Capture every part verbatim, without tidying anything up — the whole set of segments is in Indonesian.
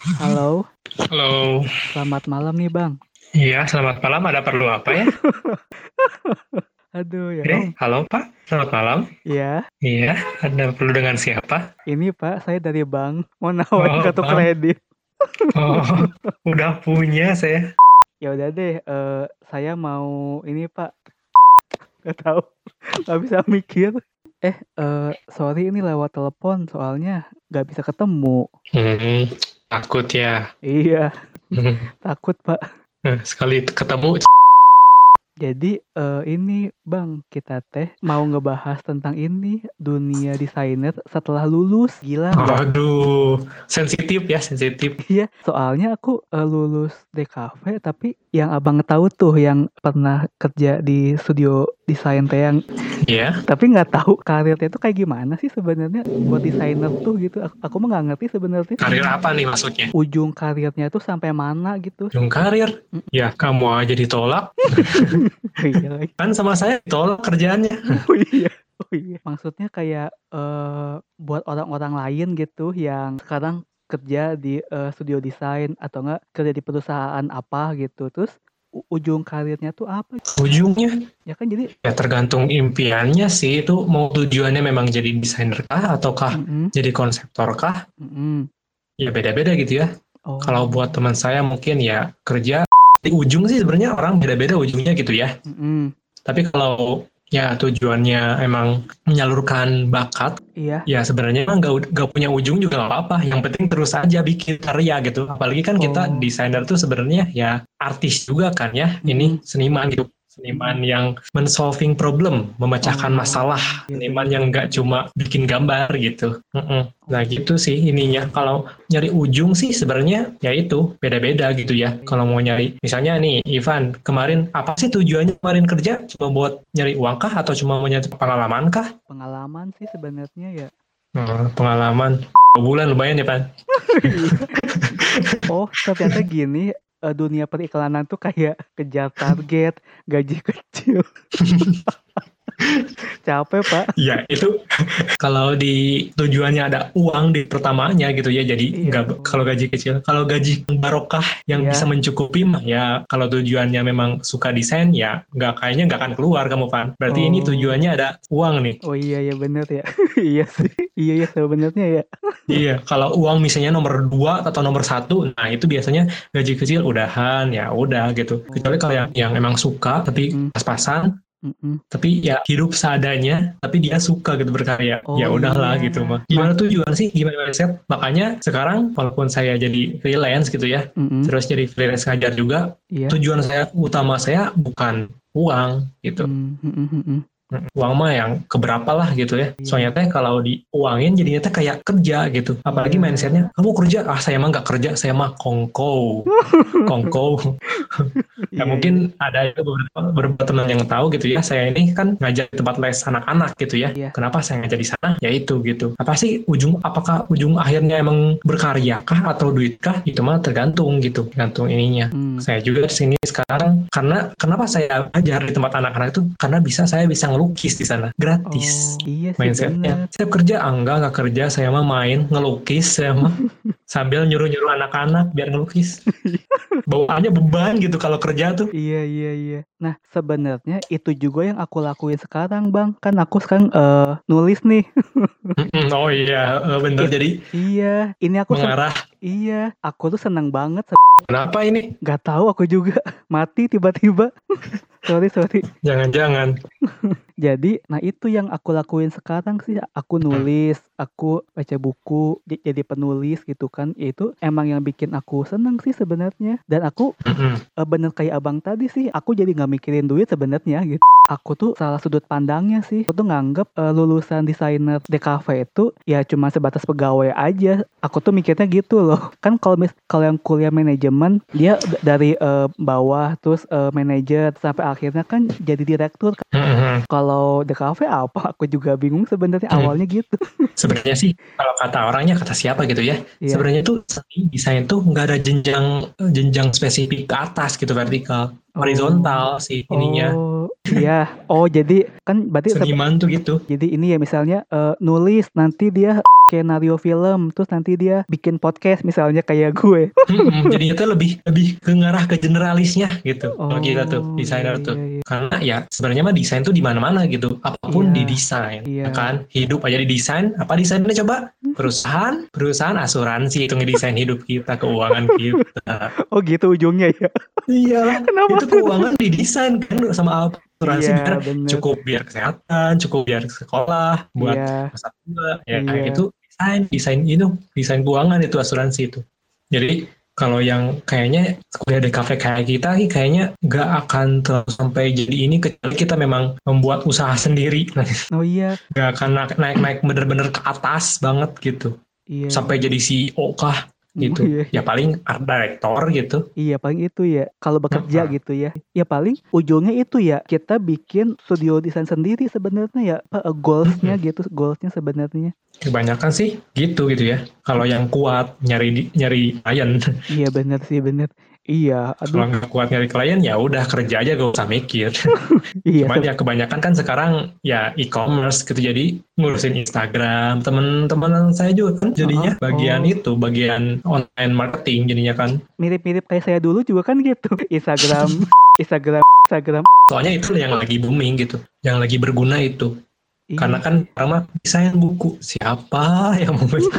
Halo, Halo. selamat malam nih Bang. Iya, selamat malam. Ada perlu apa ya? Aduh ya Eh, Om. halo Pak. Selamat malam. Ya, Iya, ada perlu dengan siapa? ini Pak, saya dari bank mau nawarin Oh, kartu Bang. kredit. Oh, udah punya saya. Ya udah deh, eh, saya mau ini Pak, nggak tahu, nggak bisa mikir. Eh, eh, sorry ini lewat telepon, soalnya nggak bisa ketemu. Hmm, takut ya. Iya, Hmm, takut Pak. sekali ketemu. Jadi eh, ini Bang, kita teh mau ngebahas tentang ini dunia desainer setelah lulus. Gila nggak? Aduh, sensitif ya, sensitif. Iya, soalnya aku eh, lulus D K V, tapi yang abang tahu tuh yang pernah kerja di studio desain teh yang, Iya, tapi nggak tahu karirnya itu kayak gimana sih sebenarnya buat desainer tuh gitu. Aku, aku mah nggak ngerti sebenarnya karir apa nih maksudnya? ujung karirnya tuh sampai mana gitu. Ujung karir? Mm. Ya, kamu aja ditolak. Iya lagi. Kan sama saya ditolak kerjaannya. Oh iya. Oh iya. Maksudnya kayak eh, buat orang-orang lain gitu yang sekarang kerja di eh, studio desain atau enggak kerja di perusahaan apa gitu. Terus u- ujung karirnya tuh apa? Ujungnya Ya kan jadi ya tergantung impiannya sih, itu mau tujuannya memang jadi desainer kah ataukah mm-mm, jadi konseptor kah, mm-mm. ya beda-beda gitu ya. Kalau buat Oh, teman saya mungkin ya kerja di ujung sih, sebenarnya orang beda-beda ujungnya gitu ya. mm-mm. Tapi kalau ya tujuannya emang menyalurkan bakat, Iya. ya sebenarnya nggak nggak punya ujung juga nggak apa-apa. Yang penting terus aja bikin karya gitu. Apalagi kan kita Oh, desainer tuh sebenarnya ya artis juga kan ya. Ini mm-mm, seniman gitu. Seniman mm-mm. yang men-solving problem, memecahkan masalah. Oh, iya Seniman yang bener-bener. nggak cuma bikin gambar gitu. Mm-mm. Nah Oh, gitu sih ininya. Kalau nyari ujung sih sebenarnya ya itu beda-beda gitu ya. iya. Kalau mau nyari, misalnya nih Ivan, kemarin apa sih tujuannya kemarin kerja? Cuma buat nyari uang kah atau cuma mau nyari pengalaman kah? Pengalaman sih sebenarnya ya. Hmm, pengalaman dua bulan lumayan ya Pan. Iya. Oh, ternyata gini, eh, dunia periklanan tuh kayak kejar target, gaji kecil. Capek, Pak. Iya itu kalau di tujuannya ada uang di pertamanya gitu ya, jadi Iya. nggak kalau Oh, gaji kecil, kalau gaji barokah yang bisa iya. mencukupi mah ya, kalau tujuannya memang suka desain ya nggak, kayaknya nggak akan keluar kamu Pan. Berarti ini Oh, tujuannya ada uang nih. oh iya ya bener ya. Iya sih. Iya ya sebenarnya ya. Iya, kalau uang misalnya nomor dua atau nomor satu, nah itu biasanya gaji kecil udahan ya udah gitu. Kecuali kalau yang Oh, yang emang suka tapi mm-mm, pas-pasan, mm-mm. tapi ya hidup seadanya, tapi dia suka gitu berkarya, ya Oh udahlah iya. gitu mah. Nah, Gimana tuh juga sih, gimana mindset? Makanya sekarang walaupun saya jadi freelance gitu ya, mm-mm, terus jadi freelance ngajar juga, iya. tujuan saya utama saya bukan uang gitu. Mm, mm-mm, mm-mm. Mm, uang mah yang keberapa lah gitu ya. Iya, Soalnya teh kalau diuangin jadinya teh kayak kerja gitu. Apalagi iya. mindsetnya, kamu kerja, ah saya mah nggak kerja, saya mah kongko. Kongko. Ya Iya, iya. mungkin ada itu beberapa, beberapa teman yang tahu gitu ya. Saya ini kan ngajar di tempat les anak-anak gitu ya. Iya. Kenapa saya ngajar di sana? Ya itu gitu. Apa sih ujung, apakah ujung akhirnya emang berkarya kah atau duit kah? Itu mah tergantung gitu. Tergantung ininya. Hmm. Saya juga di sini sekarang karena kenapa saya ngajar di tempat anak-anak itu, karena bisa saya bisa ngelukis di sana Oh, gratis. iya sih bener. Mindsetnya saya kerja, ah, enggak nggak kerja, saya mah main ngelukis, saya mah sambil nyuruh-nyuruh anak-anak biar ngelukis. Bawaannya beban gitu kalau kerja tuh. Iya, iya, iya. Nah, sebenarnya itu juga yang aku lakuin sekarang, Bang. Kan aku sekarang eh nulis nih. Mm-mm, oh iya, eh, bener. It, Jadi iya, ini aku sen mengarah. iya, aku tuh seneng banget. Kenapa ini? Gak tahu aku juga mati tiba-tiba. Sorry, sorry. Jangan-jangan. Jadi, nah itu yang aku lakuin sekarang sih. Aku nulis, aku baca buku, j- jadi penulis gitu kan. Itu emang yang bikin aku seneng sih sebenarnya. Dan aku Mm-mm. eh, bener kayak abang tadi sih. Aku jadi nggak mikirin duit sebenarnya gitu. Aku tuh salah sudut pandangnya sih. Aku tuh nganggep eh, lulusan desainer D K V itu ya cuma sebatas pegawai aja. Aku tuh mikirnya gitu loh. Kan kalau mis kalau yang kuliah manajemen dia d- dari eh, bawah terus eh, manajer sampai akhirnya kan jadi direktur. Mm-mm. Kalau D K V apa? Aku juga bingung sebenarnya Mm. awalnya gitu. Sebenarnya sih kalau kata orangnya, kata siapa gitu ya, Iya. sebenarnya tuh seni desain tuh nggak ada jenjang jenjang spesifik ke atas gitu, vertikal. horizontal sih ininya. Oh, iya. Oh, jadi kan berarti sebe- Seniman tuh gitu. jadi ini ya misalnya eh, nulis nanti dia skenario film, terus nanti dia bikin podcast misalnya kayak gue. Mm-mm, jadinya tuh lebih lebih ke ngarah ke generalisnya gitu kalau kita tuh Oh, iya desainer tuh, iya iya. karena ya sebenarnya mah desain tuh di mana-mana gitu, apapun Iya, didesain iya. ya kan, hidup aja didesain. Apa desainnya coba? Perusahaan perusahaan asuransi itu ngedesain hidup kita, keuangan kita. Oh, gitu ujungnya ya. Iyalah, Kenapa? itu keuangan didesain kan sama asuransi Iya, biar bener. cukup, biar kesehatan, cukup biar sekolah, buat Iya, masa tua, ya kayak iya. gitu. Desain, desain itu, desain keuangan itu asuransi itu. Jadi kalau yang kayaknya kuliah di kafe kayak kita, kayaknya nggak akan terus sampai jadi ini kecuali kita memang membuat usaha sendiri. Oh iya, Nggak akan naik-naik bener-bener ke atas banget gitu, iya, sampai iya. jadi C E O kah Mm, gitu. iya, Ya iya. paling art director gitu. Iya, paling itu ya. Kalau bekerja Heeh. gitu ya. Ya paling ujungnya itu ya. Kita bikin studio desain sendiri sebenarnya ya. Apa, eh, goalsnya Mm-mm. gitu. Goalsnya sebenarnya. Kebanyakan sih gitu gitu ya. Kalau yang kuat nyari di- nyari klien, Iya bener sih, bener. Iya, aduh. kalau nggak kuat nyari klien ya udah kerja aja gak usah mikir. Iya, Cuman se- ya kebanyakan kan sekarang ya e-commerce gitu, jadi ngurusin Instagram. Temen-temen saya juga kan Heeh. jadinya bagian Oh, itu, bagian online marketing jadinya kan. mirip-mirip kayak saya dulu juga kan gitu. Instagram, Instagram, Instagram. Soalnya itu yang lagi booming gitu, yang lagi berguna itu. Karena Iya, kan pertama desain buku, siapa yang mau baca?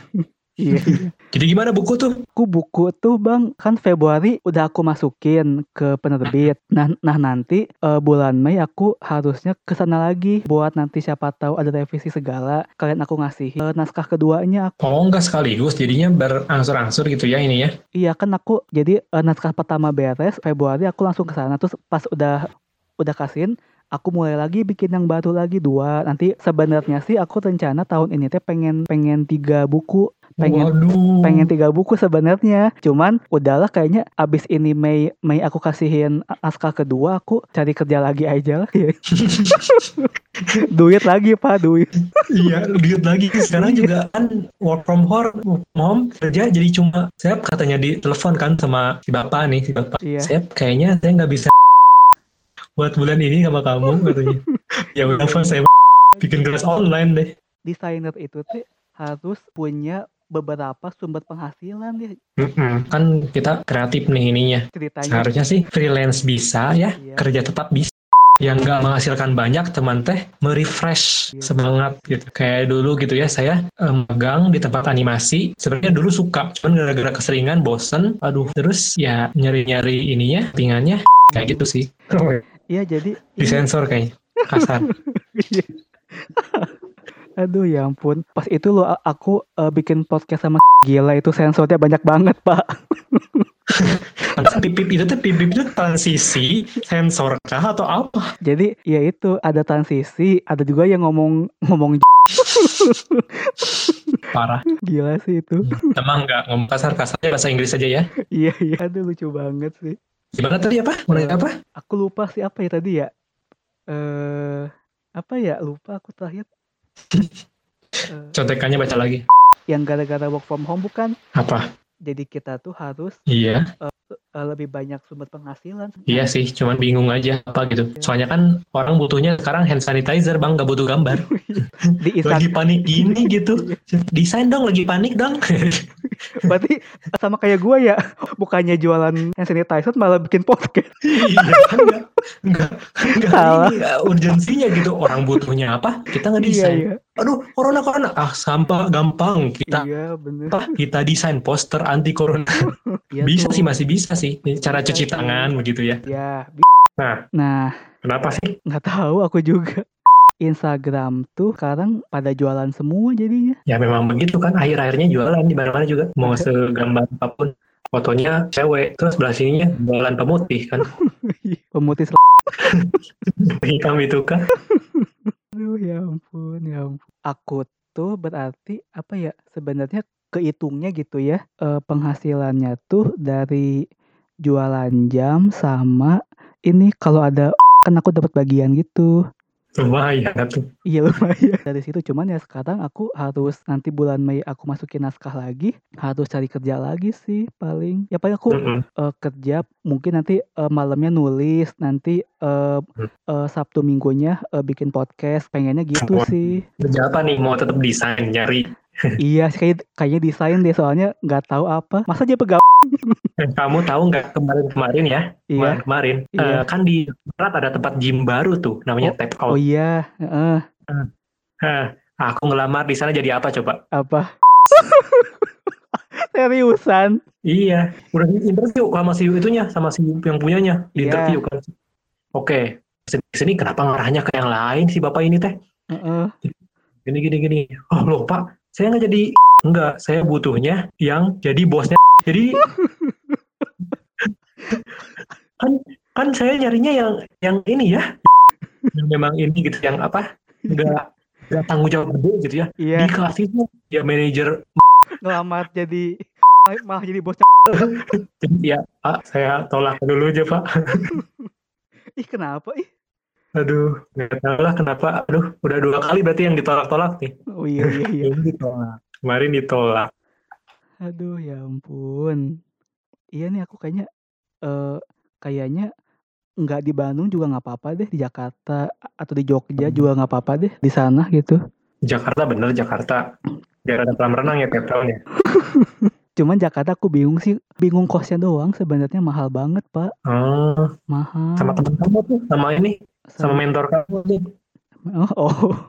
iya, iya. Jadi gimana buku tuh? Aku buku tuh bang, kan Februari udah aku masukin ke penerbit. Nah, nah nanti eh, bulan Mei aku harusnya ke sana lagi buat nanti siapa tahu ada revisi segala. Kalian aku ngasih eh, naskah keduanya. Aku, Oh, nggak sekaligus, jadinya berangsur-angsur gitu ya ini ya. iya kan aku jadi eh, naskah pertama beres Februari aku langsung ke sana. Terus pas udah udah kasihin, aku mulai lagi bikin yang baru lagi dua. Nanti sebenarnya sih aku rencana tahun ini teh pengen pengen tiga buku. Pengen pengen Waduh. tiga buku sebenarnya, cuman udahlah kayaknya abis ini Mei Mei aku kasihin naskah kedua, aku cari kerja lagi aja lah ya. Duit lagi pak, duit. Iya, duit lagi. Sekarang Iya, juga kan work from home, mom kerja jadi cuma saya katanya di telepon kan sama si bapak nih, si bapak. iya, Saya kayaknya saya nggak bisa buat bulan ini sama kamu katanya. Ya udah, iya, Pak, iya. saya bikin kelas online deh. Desainer itu tuh harus punya beberapa sumber penghasilan ya Mm-mm. Kan kita kreatif nih ininya. ceritanya. Seharusnya sih freelance bisa ya, Iya, kerja tetap bisa. Yang nggak menghasilkan banyak teman teh merefresh iya, semangat gitu. Kayak dulu gitu ya, saya eh, magang di tempat animasi. Sebenarnya dulu suka, cuman gara-gara keseringan bosen, aduh, terus ya nyari-nyari ininya, pingannya kayak gitu sih. iya jadi ini. Disensor kayaknya, kasar. Iya. Aduh ya ampun, pas itu loh a- aku eh, bikin podcast sama gila itu sensornya banyak banget pak. Pantes pipip itu tuh pipip itu transisi sensor kah atau apa? Jadi ya itu ada transisi, ada juga yang ngomong ngomong Parah. gila sih itu. Emang nggak ngomong kasar, kasarnya bahasa Inggris aja ya. Iya iya, aduh lucu banget sih. Gimana tadi apa? Mau nanya Eh, apa? aku lupa sih apa ya tadi ya. Eh apa ya lupa aku terakhir. Eh, Contekannya baca lagi. yang gara-gara work from home bukan? Apa? Jadi kita tuh harus Iya. eh, lebih banyak sumber penghasilan. Iya sih, cuman bingung aja apa gitu. Soalnya kan orang butuhnya sekarang hand sanitizer, Bang, nggak butuh gambar. Di Lagi Instagram. panik gini gitu. Desain dong, lagi panik dong. Berarti sama kayak gue ya, bukannya jualan hand sanitizer malah bikin podcast. Iya kan, nggak nggak nggak Salah. ini nggak urgensinya gitu. Orang butuhnya apa? Kita Iya ngedesain. iya. Aduh, corona corona. Ah, sampah gampang. Kita Iya bener. apa? Kita desain poster anti corona. Iya Bisa tuh. sih, masih bisa sih. Cara Bisa cuci sih. tangan begitu ya. Ya. Nah, Nah, kenapa sih? nggak tahu aku juga. Instagram tuh sekarang pada jualan semua jadinya. Ya memang begitu kan. Akhir-akhirnya jualan di mana-mana juga. Mau segambar apapun. Fotonya cewek, terus belah sininya jualan pemutih kan. Pemutih sel- Hitam itu kan. Aduh ya ampun, ya ampun. Aku tuh berarti apa ya sebenarnya kehitungnya gitu ya eh, penghasilannya tuh dari jualan jam sama ini kalau ada kan aku dapat bagian gitu. Lumayan tuh. Iya lumayan dari situ, cuman ya sekarang aku harus nanti bulan Mei aku masukin naskah lagi, harus cari kerja lagi sih paling. Ya paling aku Mm-mm. eh, kerja mungkin nanti eh, malamnya nulis, nanti eh, eh, Sabtu Minggunya eh, bikin podcast, pengennya gitu Mau sih. kerja apa nih? Mau tetap desain, nyari. Iya sih kayak kayaknya desain deh soalnya nggak tahu apa. Masa dia pegawai? Eh, Kamu tahu nggak kemarin-kemarin ya? Iya, Kemarin-kemarin. iya. eh, kan di Barat ada tempat gym baru tuh, namanya Oh, Tap oh Out. iya, heeh. Hah, aku ngelamar di sana jadi apa coba? Apa? Seriusan? Iya, udah di interview sama si itunya, sama si yang punyanya di interview Iya, kan. Oke, di sini kenapa ngarahnya ke yang lain si bapak ini teh? heeh. Gini gini gini. Oh loh pak, saya nggak jadi enggak, saya butuhnya yang jadi bosnya. Jadi kan kan saya nyarinya yang yang ini ya, yang memang ini gitu, yang apa? Nggak nggak tanggung jawab gede gitu ya. Iya, Dikasihnya ya manajer. ngelamar jadi malah jadi bos. Jadi ya pak, saya tolak dulu aja pak. Ih, kenapa ih? Aduh, nggak tahu lah kenapa. Aduh, udah dua kali berarti yang ditolak-tolak nih. Oh iya iya iya. Ini ditolak. Kemarin ditolak. Aduh ya ampun. Iya nih aku kayaknya eh kayaknya nggak di Bandung juga nggak apa-apa deh, di Jakarta atau di Jogja juga nggak apa-apa deh di sana gitu. Jakarta bener Jakarta. Biar ada kolam renang ya tiap tahun ya. Cuman Jakarta aku bingung sih, bingung kosnya doang sebenarnya mahal banget Pak, Oh, sama mahal. teman kamu tuh, sama ini, sama Sama mentor kamu tuh. oh, oh.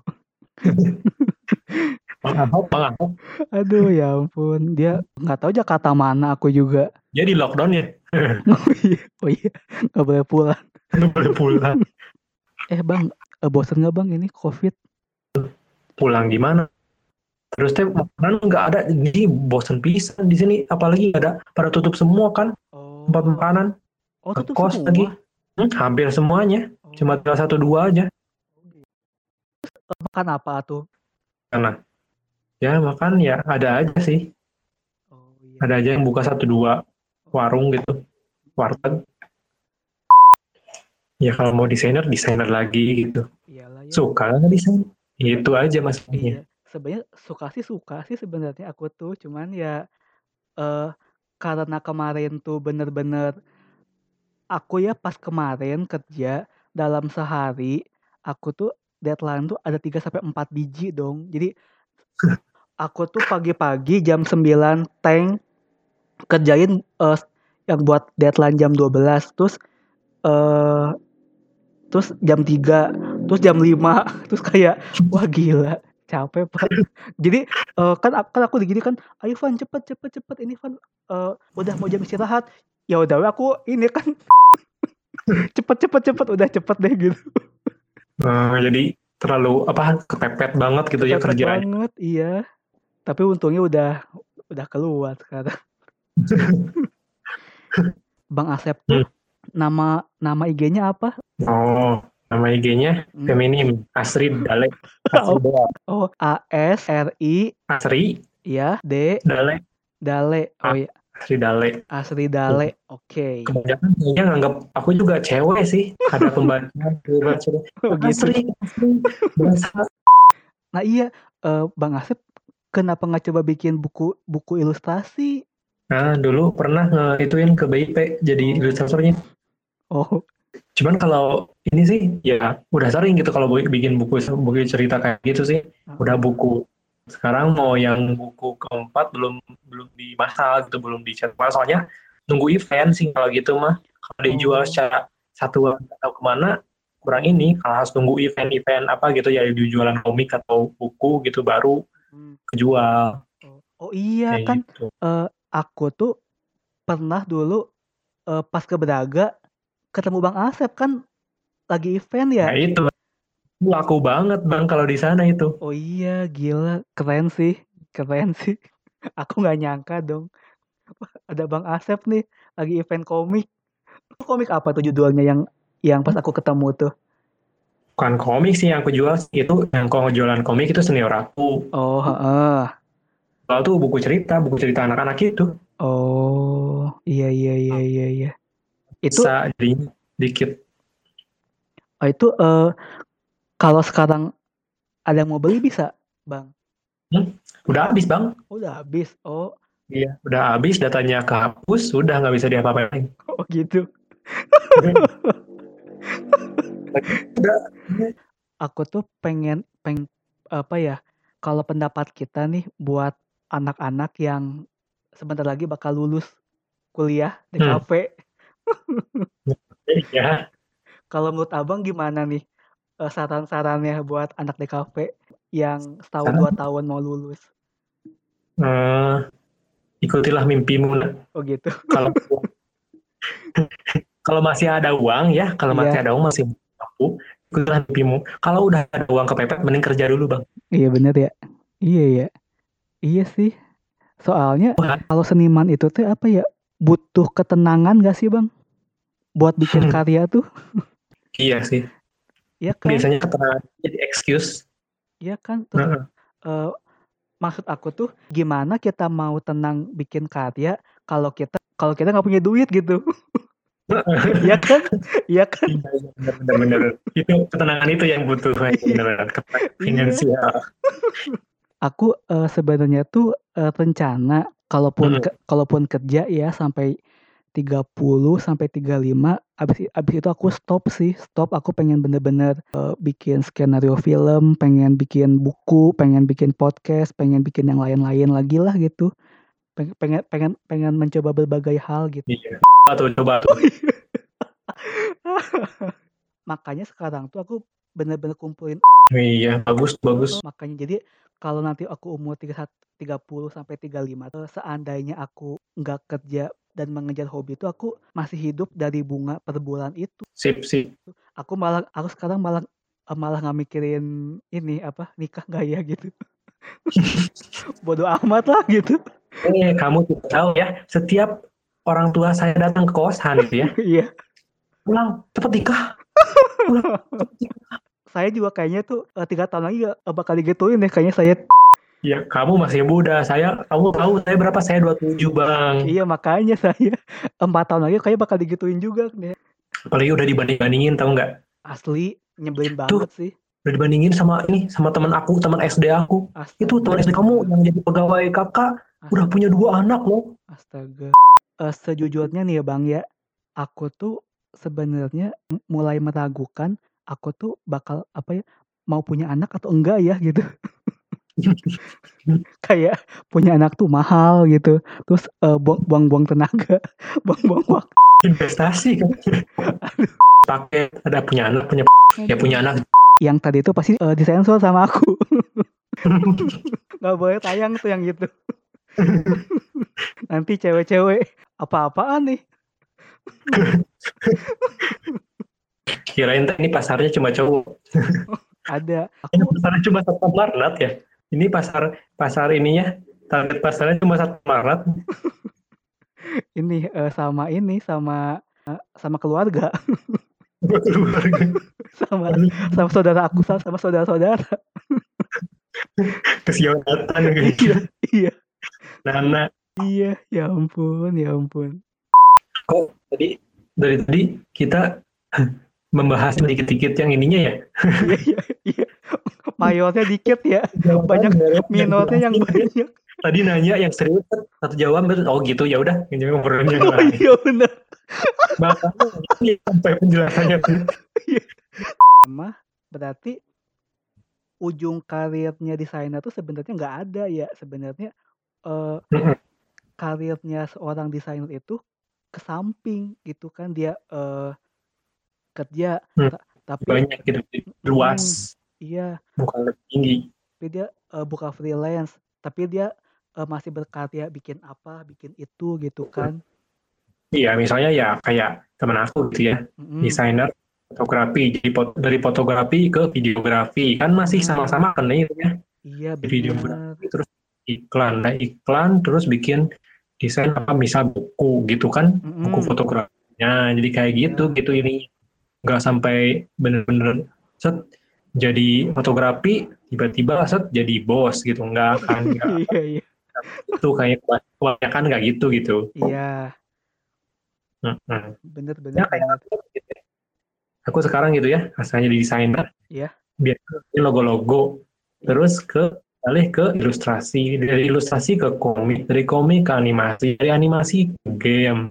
Bang Ahok, Bang Ahok. Aduh ya ampun, dia nggak tahu Jakarta mana aku juga. Dia di lockdown ya. Oh iya, oh iya, nggak boleh pulang. Nggak boleh pulang. Eh bang, eh, bosen nggak bang ini COVID? Pulang gimana? Terus teh makanan nggak ada, jadi bosen pisan di sini. Apalagi nggak ada, pada tutup semua kan tempat Oh, makanan. oh Ke tutup kos lagi. semua. Hmm, hampir semuanya. Cuma Oh, tinggal satu dua aja. makan apa tuh? Karena ya makan ya ada aja sih. Oh iya, Ada aja yang buka satu dua warung gitu, warteg. Ya kalau mau desainer, desainer lagi gitu. iyalah ya. Suka nggak desain? Itu aja masalahnya. Iya, sebenarnya suka sih suka sih sebenarnya aku tuh, cuman ya eh karena kemarin tuh bener-bener aku ya pas kemarin kerja dalam sehari aku tuh deadline tuh ada tiga sampai empat biji dong. Jadi aku tuh pagi-pagi jam sembilan tank kerjain eh, yang buat deadline jam dua belas, terus eh terus jam tiga, terus jam lima, terus kayak wah gila, capek Pak. Jadi eh, kan kan aku digini kan, ayo Van cepet cepet cepet ini Van eh, udah mau jam istirahat. Ya udah we, aku ini kan cepet cepet cepet udah cepet deh gitu. Nah, jadi terlalu apa kepepet banget gitu ya Kepepet kerjaannya. banget, iya. Tapi untungnya udah udah keluar sekarang. Bang Asep tuh Hmm. nama nama I G-nya apa? Oh, nama I G-nya Hmm. feminim, Asri Dale. Asri Oh, Dale. oh A S R I Asri ya D Dale. Dale. Oh Ah, ya, Asri Dale. Asri Dale. Oke. Kebanyakan kayaknya nganggap aku juga cewek sih. Ada pembaca, pembaca. Oh gitu. Asri, Asri, berasa. Nah iya, eh, Bang Asep kenapa nggak coba bikin buku buku ilustrasi? Nah, dulu pernah nge-ituin ke B I P jadi Oh, ilustratornya. oh, Cuman kalau ini sih, ya udah sering gitu kalau bu- bikin buku buku cerita kayak gitu sih. Udah uh-uh. buku. Sekarang mau yang buku keempat belum belum dimasak gitu, belum dicetak. Soalnya nunggu event sih kalau gitu mah. Kalau dijual Oh, secara satuan atau kemana kurang ini. Kalau harus nunggu event-event apa gitu ya, jualan komik atau buku gitu baru hmm. kejual. Oh, oh iya Kayak kan, gitu. eh, aku tuh pernah dulu eh, pas ke Braga ketemu Bang Asep kan lagi event ya. Nah itu laku banget bang kalau di sana itu. Oh iya, gila, keren sih, keren sih. Aku nggak nyangka dong, ada Bang Asep nih lagi event komik. Komik apa tuh judulnya yang yang pas aku ketemu tuh? Bukan komik sih yang aku jual sih, itu yang kalau jualan komik itu senior aku. Oh, heeh. Kalau tuh buku cerita, buku cerita anak-anak itu Oh, iya iya iya iya iya. Itu bisa jadi dikit. oh, itu eh Kalau sekarang ada yang mau beli bisa, Bang? Hmm? Udah habis bang. Udah habis. Oh, Iya, udah habis, datanya kehapus, sudah nggak bisa diapa-apain. oh gitu. Udah. Aku tuh pengen pengen apa ya? Kalau pendapat kita nih buat anak-anak yang sebentar lagi bakal lulus kuliah di Hmm. kafe. Ya, Kalau menurut Abang gimana nih eh, saran-sarannya buat anak di kafe yang setahun dua sekarang tahun mau lulus? eh, ikutilah mimpimu. Nak. Oh gitu. Kalau kalau masih ada uang ya, kalau masih Iya, ada uang masih mampu, ikutilah mimpimu. Kalau udah ada uang kepepet, mending kerja dulu bang. iya bener ya. Iya ya. Iya sih. Soalnya Wah, kalau seniman itu tuh apa ya? Butuh ketenangan gak sih Bang? Buat bikin karya tuh. iya sih. Iya kan? Biasanya keterangan jadi excuse. Iya kan? Terus Heeh. eh, maksud aku tuh gimana kita mau tenang bikin karya kalau kita kalau kita nggak punya duit gitu. Iya kan? Iya kan? Iya, iya, benar-benar. Itu ketenangan itu yang butuh, Iya. benar-benar. Ketenangan Iya. finansial. Aku eh, sebenarnya tuh eh, rencana kalaupun Mm-mm. ke, kalaupun kerja ya sampai tiga puluh sampai tiga puluh lima abis abis itu aku stop sih. Stop aku pengen bener-bener eh, bikin skenario film, pengen bikin buku, pengen bikin podcast, pengen bikin yang lain-lain lagi lah gitu. Pengen pengen pengen, pengen mencoba berbagai hal gitu. Iya. Coba tuh, coba tuh. Makanya sekarang tuh aku bener-bener kumpulin. Iya, bagus, bagus. Makanya jadi kalau nanti aku umur tiga puluh sampai tiga puluh lima tuh seandainya aku nggak kerja dan mengejar hobi itu aku masih hidup dari bunga per bulan itu. Sip, sip. Aku malah aku sekarang malah eh, malah nggak mikirin ini apa nikah nggak ya gitu. Bodoh amat lah gitu. Eh, kamu tidak tahu ya, setiap orang tua saya datang ke kosan gitu ya, Iya. pulang, cepet nikah, pulang, cepet nikah. Saya juga kayaknya tuh eh, tiga tahun lagi gak bakal digituin deh kayaknya saya. Ya, kamu masih muda, saya, kamu tahu saya berapa, saya dua puluh tujuh bang. Iya makanya saya empat tahun lagi kayak bakal digituin juga deh. Apalagi udah dibanding-bandingin, tahu nggak? Asli nyebelin Tuh, banget sih. udah dibandingin sama ini, sama teman aku, teman S D aku. Itu teman S D kamu Astaga. yang jadi pegawai kakak, udah punya dua anak loh. Astaga. Eh, sejujurnya nih ya Bang ya, aku tuh sebenarnya m- mulai meragukan aku tuh bakal apa ya mau punya anak atau enggak ya gitu. Kayak punya anak tuh mahal gitu. Terus eh, buang- buang-buang tenaga, buang-buang waktu. Investasi kan. Pakai, ada punya anak, punya ya punya anak. Yang tadi itu pasti eh, disensor sama aku. Nggak boleh tayang tuh yang gitu. Nanti cewek-cewek apa-apaan nih. Kirain ini pasarnya cuma cowok. Ada. Ini Aku pasarnya cuma satu Maret ya. Ini pasar pasar ininya, target pasarnya cuma satu Maret. ini eh, sama ini sama eh, sama keluarga. Keluarga. sama sama saudara aku sama, sama saudara-saudara. Kesianatan Iya, gitu. iya, Nana, iya, ya ampun, ya ampun. kok tadi dari tadi kita membahas dikit-dikit yang ininya ya. Iya, iya, iya. Mayornya dikit ya, banyak minornya yang banyak. Tadi nanya yang serius satu jawab betul. Oh gitu ya udah, ini ngobrolnya Oh lain. iya benar. Makanya ini sampai penjelasannya. Iya. Sama berarti ujung karirnya desainer tuh sebenarnya nggak ada ya sebenarnya eh, karirnya seorang desainer itu ke samping gitu kan dia eh, kerja Hmm, ta- tapi banyak gitu, mm, luas, iya bukan lebih tinggi. tapi dia eh, buka freelance tapi dia eh, masih berkarya bikin apa bikin itu gitu kan. Iya, misalnya ya kayak teman aku gitu ya, Mm-mm. desainer fotografi, jadi pot- dari fotografi ke videografi, kan masih Nah sama-sama kan itu ya, iya di bener. videografi terus iklan, nah iklan terus bikin desain apa misal buku gitu kan, buku Mm-mm. fotografinya, jadi kayak gitu Iya. gitu ini, nggak sampai bener-bener set jadi fotografi tiba-tiba set jadi bos gitu, nggak kan, nggak Iya iya itu kayak kebanyakan nggak gitu gitu. iya Mm-mm. bener Ya bener kayak bener. aku gitu ya. Aku sekarang gitu ya, asalnya jadi desainer. Iya biar ke logo-logo, terus ke balik ke ilustrasi, dari ilustrasi ke komik, dari komik ke animasi, dari animasi ke game.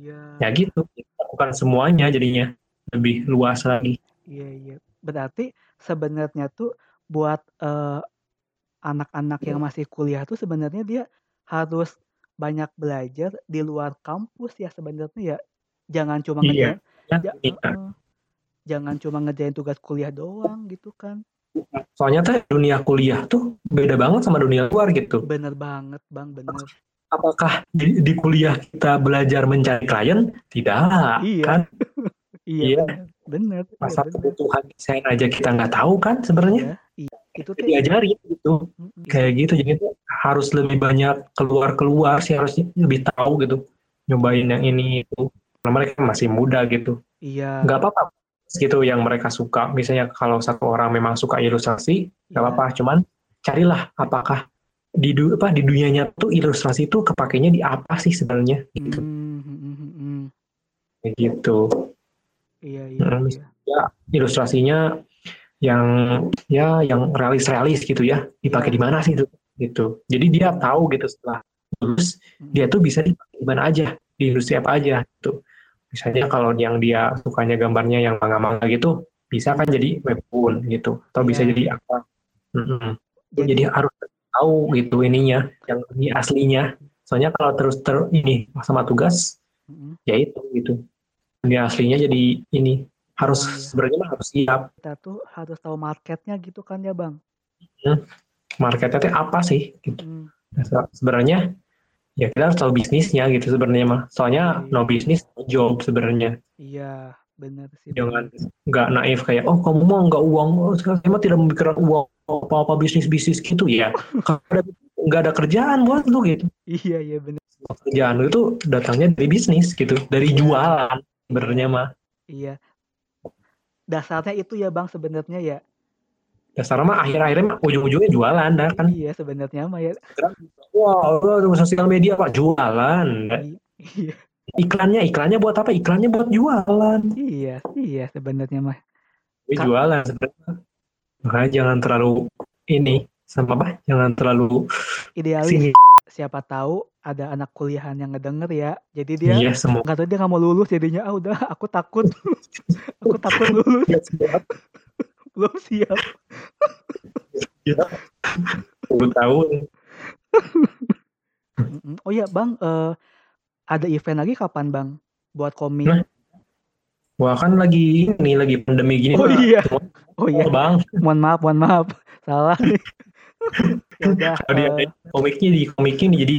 Ya Iya, gitu, lakukan semuanya jadinya lebih luas lagi. iya, iya. Berarti sebenarnya tuh buat eh, anak-anak yang masih kuliah tuh sebenarnya dia harus banyak belajar di luar kampus ya sebenarnya ya. Jangan cuma Iya, ngerjain, ya, ja- iya. heeh, jangan cuma ngerjain tugas kuliah doang gitu kan. Soalnya tuh dunia kuliah tuh beda banget sama dunia luar gitu. Bener banget bang, bener. Apakah di, di kuliah kita belajar mencari klien? Tidak, Iya, kan? iya Iya, bener, bener, iya masa bener. kebutuhan desain aja kita nggak tahu kan sebenarnya? Iya, iya. Itu Jadi teh, diajari gitu. mm, itu, Kayak gitu, jadi tuh harus lebih banyak keluar-keluar sih, harus lebih tahu gitu. Nyobain yang iya, ini itu. Karena mereka masih muda gitu. iya, Nggak apa-apa gitu yang mereka suka. Misalnya kalau satu orang memang suka ilustrasi, nggak iya. apa-apa. Cuman carilah apakah di du, apa di dunianya tuh ilustrasi itu kepakainya di apa sih sebenarnya gitu. Hmm, hmm, hmm, hmm, hmm. Kayak gitu. Iya, iya, Hmm, iya. misalnya ilustrasinya yang ya yang realis-realis gitu ya, dipakai Iya. di mana sih itu gitu. Jadi dia Hmm, tahu gitu setelah lulus dia hmm, tuh bisa dipakai di mana aja, di industri apa aja gitu. Misalnya kalau yang dia sukanya gambarnya yang manga-manga gitu, bisa kan hmm. jadi webtoon gitu, atau bisa Iya. jadi apa. Mm-mm. Jadi Jadi, harus tahu gitu ininya, yang ini aslinya. Soalnya kalau terus ter ini sama tugas, hmm, ya itu gitu. Ini aslinya jadi ini harus hilang ya. sebenarnya mah harus siap. Kita tuh harus tahu marketnya gitu kan ya bang. Hmm, marketnya teh apa sih? Gitu. Hmm. Nah, sebenarnya ya kita harus tahu bisnisnya gitu sebenarnya mah. Iya, Soalnya iya. no business no job sebenarnya. Iya, bener sih, Jangan bener. nggak naif kayak oh kamu mau nggak uang, oh, saya mah tidak memikirkan uang apa-apa bisnis bisnis gitu ya. Kalau ada nggak ada kerjaan buat lu gitu. Iya, iya bener. Kerjaan lu itu datangnya dari bisnis gitu, dari Iya, jualan iya, sebenarnya mah. iya. Dasarnya itu ya bang sebenarnya ya. Dasarnya mah akhir-akhirnya mah ujung-ujungnya jualan dah kan. Iya sebenarnya mah ya. Wah, wow, sosial media pak jualan. I- Iya, Iklannya iklannya buat apa? Iklannya buat jualan. iya, iya sebenarnya mah. Ini Kak, jualan sebenarnya. Makanya jangan terlalu ini sama apa? Jangan terlalu idealis. sini. Siapa tahu ada anak kuliahan yang ngedenger ya. Jadi dia Iya semua. nggak tahu dia nggak mau lulus jadinya ah udah aku takut aku takut lulus Nggak siap. belum siap. Ya, sepuluh tahun. Mm-mm. Oh iya bang, eh, ada event lagi kapan bang buat komik? Nah, wah kan lagi ini lagi pandemi gini Oh mah. iya, Semua oh iya, oh, bang. mohon maaf, mohon maaf, salah nih. Ya udah, Kalau dia eh, komiknya di komiknya jadi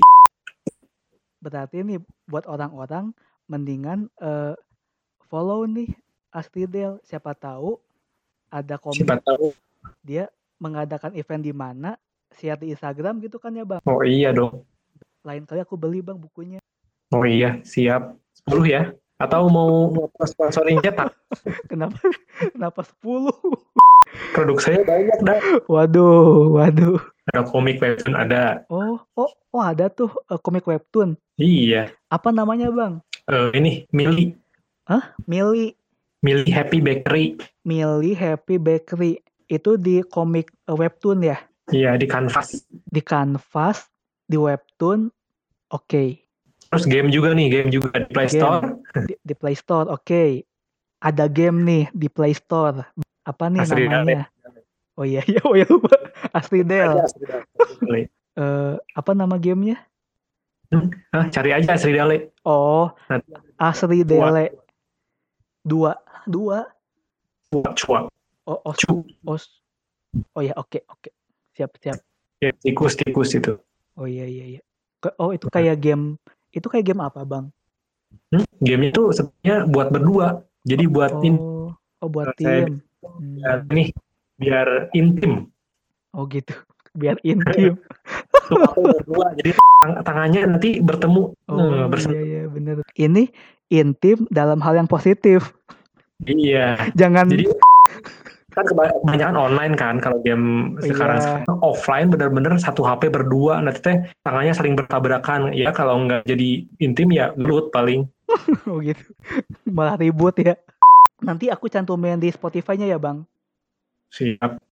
berarti nih buat orang-orang mendingan eh, follow nih Astridel. Siapa tahu ada komik siapa tahu. dia mengadakan event di mana, share di Instagram gitu kan ya bang. Oh iya dong. Lain kali aku beli bang bukunya. Oh iya siap. Sepuluh ya. Atau mau sponsorin cetak? Kenapa? Kenapa sepuluh? Produk saya banyak dah. Waduh, waduh. Ada komik webtoon ada. Oh, oh, oh ada tuh eh, komik webtoon. Iya. Apa namanya bang? Eh, ini Mili. Hah? Mili, Mili Happy Bakery. Mili Happy Bakery. Itu di komik eh, webtoon ya? Iya di Canvas. Di Canvas, di webtoon, oke. Terus game juga nih, game juga di Play Store. Game di, di Play Store, oke. Ada game nih di Play Store. Apa nih Asri Dale. namanya? Oh iya, iya, oh iya lupa. Astridel. Aja Asri Dale. Eh, apa nama gamenya? Hmm, ah, cari aja Asri Dale. Oh, Nanti Astridele dua, dua. cuak, cuak. Oh, os, Cu. os. Oh ya, oke, oke. Siap, siap. Ya, tikus-tikus itu. Oh iya, iya, iya. Ke- Oh, itu kayak game. Itu kayak game apa, Bang? Hmm, game itu sebenarnya buat berdua. Jadi buat ini, Oh, oh buat saya tim. biar Hmm. ini biar intim. Oh gitu. Biar intim. Tuh aku berdua. Jadi tang- tangannya nanti bertemu eh, Oh bersama. iya, iya, bener. Ini intim dalam hal yang positif. Iya. Jangan, Jadi kan kebanyakan online kan kalau game sekarang, iya. sekarang offline bener-bener satu H P berdua nanti teh tangannya saling bertabrakan ya kalau nggak jadi intim ya gelut paling. Oh gitu. Malah ribut ya. Nanti aku cantumin di Spotify-nya ya, Bang. Siap.